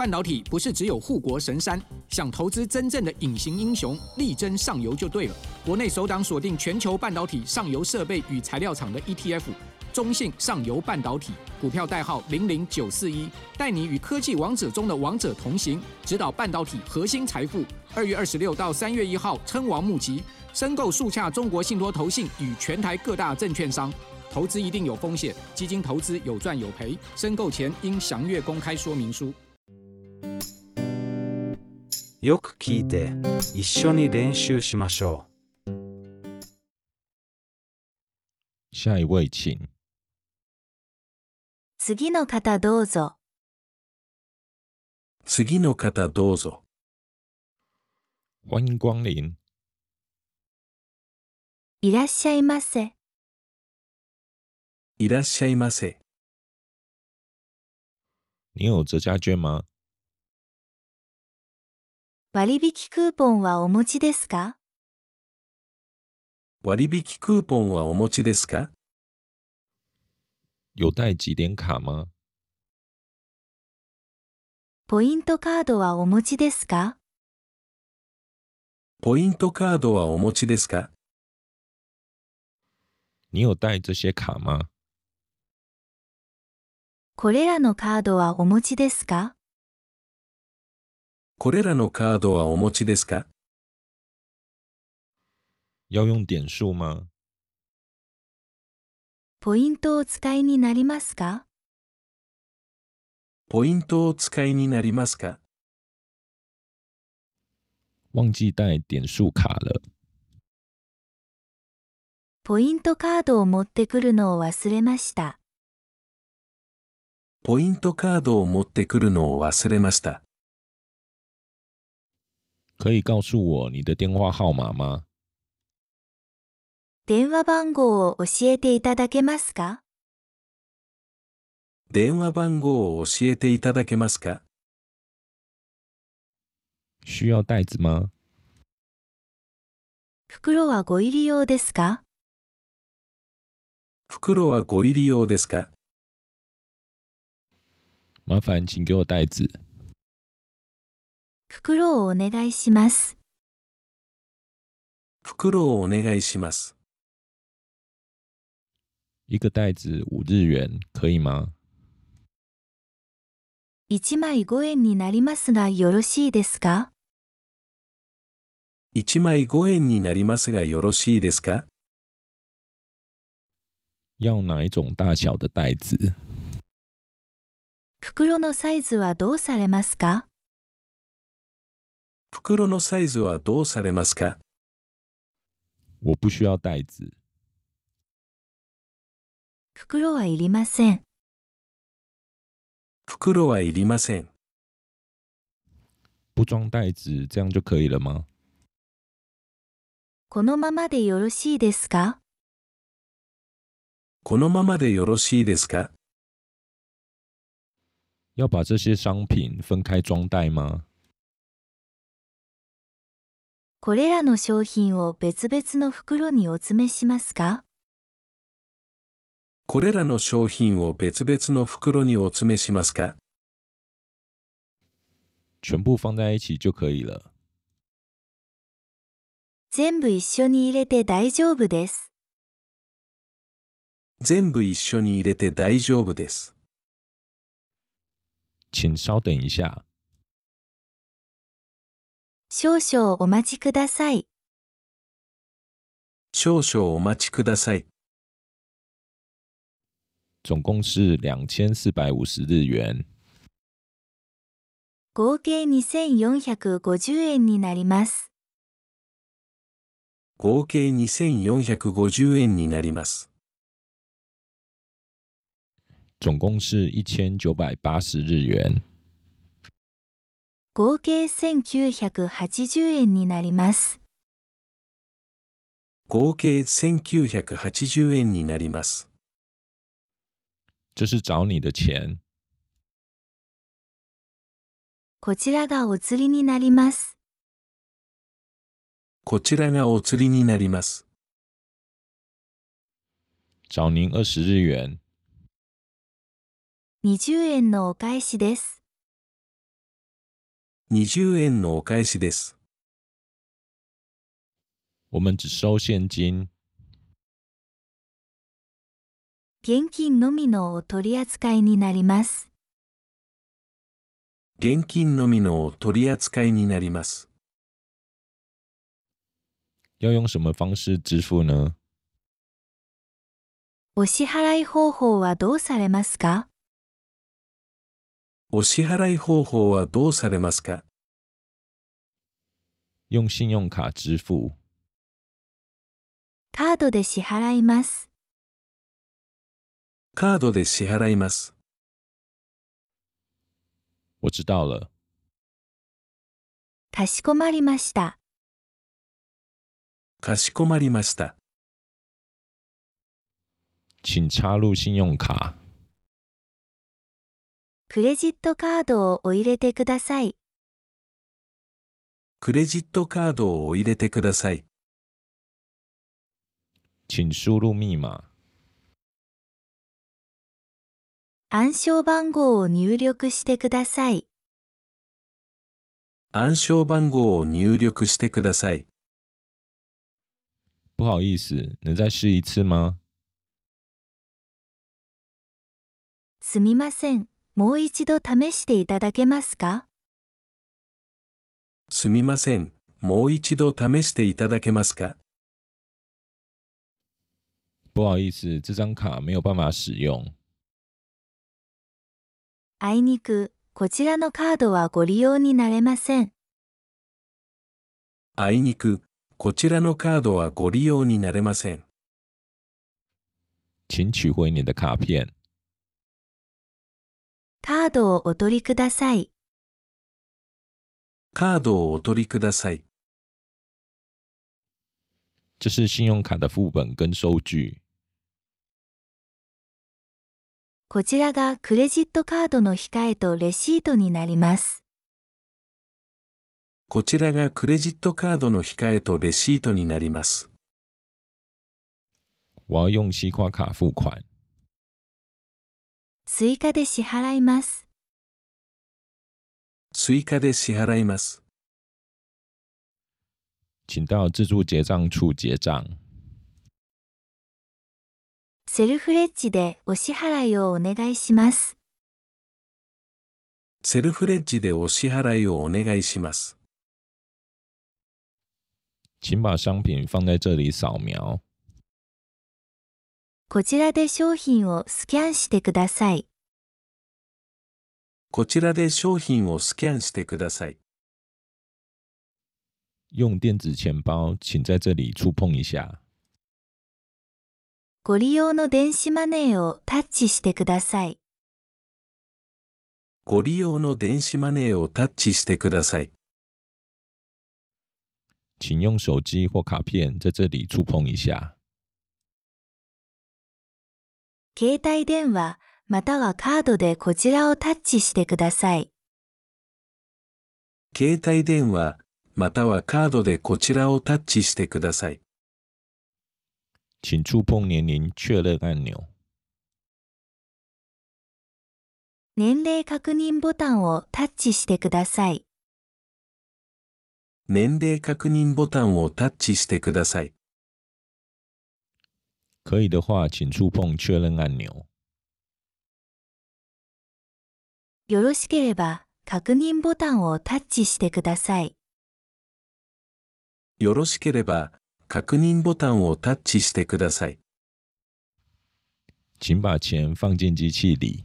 半导体不是只有护国神山，想投资真正的隐形英雄，力争上游就对了。国内首档锁定全球半导体上游设备与材料厂的 ETF， 中信上游半导体，股票代号00941，带你与科技王者中的王者同行，指导半导体核心财富。2月26到3月1号称王募集，申购速洽中国信托投信与全台各大证券商。投資一定有風險，基金投資有賺有賠，申購前應詳閱公開說明書。 よく聞いて、一緒に練習しましょう。 下一位請。 次の方どうぞ。 次の方どうぞ。 歡迎光臨。 いらっしゃいませ。 いらっしゃいませ。 你有折價券嗎？ 割引クーポンはお持ちですか？ 割引クーポンはお持ちですか？ 有帶集點卡嗎？ ポイントカードはお持ちですか？ ポイントカードはお持ちですか？ 你有帶這些卡嗎？ これらのカードはお持ちですか？ これらのカードはお持ちですか？ 要用點數嗎？ ポイントをお使いになりますか？ ポイントをお使いになりますか？ 忘記帶點數卡了。 ポイントカードを持ってくるのを忘れました。 ポイントカードを持ってくるのを忘れました。 可以告訴我你的電話號碼嗎？ 電話番號を教えていただけますか？ 電話番号を教えていただけますか？ 需要袋子嗎？ 袋はご入り用ですか？ 袋はご入り用ですか？ 麻煩請給我袋子。 袋をお願いします。 袋をお願いします。 一個袋子5日元可以嗎 ？1枚5円になりますがよろしいですか ？1枚5円になりますがよろしいですか？ 要哪一種大小的袋子？ 袋のサイズはどうされますか？ 袋のサイズはどうされますか？ 我不需要袋子。 袋はいりません。 袋はいりません。 不裝袋子這樣就可以了嗎？ このままでよろしいですか？ このままでよろしいですか？ 要把這些商品分開裝袋嗎？ これらの商品を別々の袋にお詰めしますか？ これらの商品を別々の袋にお詰めしますか？ 全部放在一起就可以了。 全部一緒に入れて大丈夫です。 全部一緒に入れて大丈夫です。 請稍等一下。 少々お待ちください。 少々お待ちください。 總共是2450日元。 合計2450円になります。 合計2450円になります。 總共是1980日元。 合計1980円になります。 合計1980円になります。 這是找你的錢。 こちらがお釣りになります。 こちらがお釣りになります。 找您20日元。 20円のお返しです。 20円のお返しです。 我们只收现金。 現金のみのお取り扱いになります。 現金のみの取り扱いになります。 要用什么方式支付呢？ お支払い方法はどうされますか？ お支払い方法はどうされますか？ 用信用卡支付。 カードで支払います。 カードで支払います。 我知道了。 かしこまりました。 かしこまりました。 请插入信用卡。 クレジットカードをお入れてください。 クレジットカードを入れてください。 请输入密码。 暗証番号を入力してください。 暗証番号を入力してください。 不好意思，能再试一次吗？ すみません。もう一度試していただけますか？ すみません。もう一度試していただけますか？ 不好意思，这张卡没有办法使用。 あいにく、こちらのカードはご利用になれません。 あいにく、こちらのカードはご利用になれません。 请取回你的卡片。 カードをお取りください。 カードをお取りください。 这是信用卡的副本跟收据。 こちらがクレジットカードの控えとレシートになります。 こちらがクレジットカードの控えとレシートになります。 我要用西瓜卡付款。 追加で支払います。 追加で支払います。 请到自助结账处结账。 セルフレッジでお支払いをお願いします。 セルフレッジでお支払いをお願いします。 请把商品放在这里扫描。 こちらで商品をスキャンしてください。 こちらで商品をスキャンしてください。 用电子钱包，请在这里触碰一下。 ご利用の電子マネーをタッチしてください。 ご利用の電子マネーをタッチしてください。 请用手机或卡片在这里触碰一下。 携帯電話またはカードでこちらをタッチしてください。 携帯電話またはカードでこちらをタッチしてください。 请触碰年龄确认按钮。 年齢確認ボタンをタッチしてください。 年齢確認ボタンをタッチしてください。 可以的话，请触碰确认按钮。 よろしければ確認ボタンをタッチしてください。 よろしければ確認ボタンをタッチしてください。 请把钱放进机器里。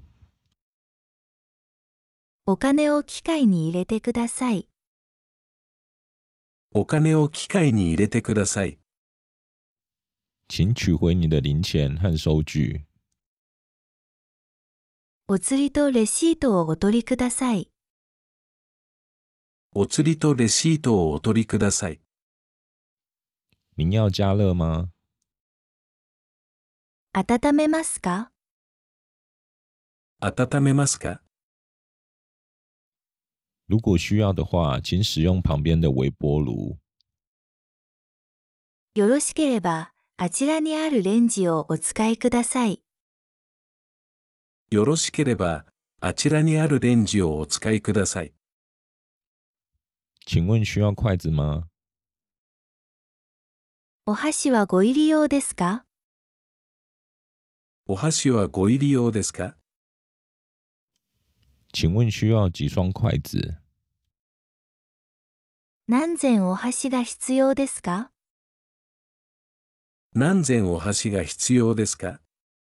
お金を機械に入れてください。 お金を機械に入れてください。 请取回你的零钱和收据。 お釣りとレシートをお取りください。 お釣りとレシートをお取りください。 您要加热吗？ 温めますか？ 温めますか？ 如果需要的话，请使用旁边的微波炉。 よろしければあちらにあるレンジをお使いください。 よろしければあちらにあるレンジをお使いください。 请问需要筷子吗？ お箸はご入り用ですか？ お箸はご入り用ですか？ 请问需要几双筷子？ 何膳お箸が必要ですか？ 何膳お箸が必要ですか？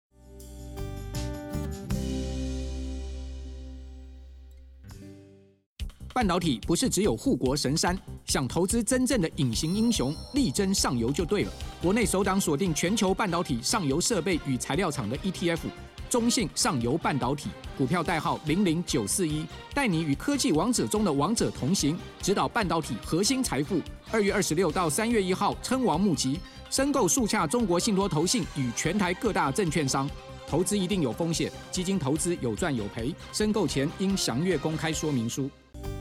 半导体不是只有护国神山，想投资真正的隐形英雄，力争上游就对了。国内首档锁定全球半导体上游设备与材料厂的 ETF， 中信上游半导体，股票代号00941，带你与科技王者中的王者同行，指导半导体核心财富。2月26到3月1号称王募集，申购速洽中国信托投信与全台各大证券商。投资一定有风险，基金投资有赚有赔，申购前应详阅公开说明书。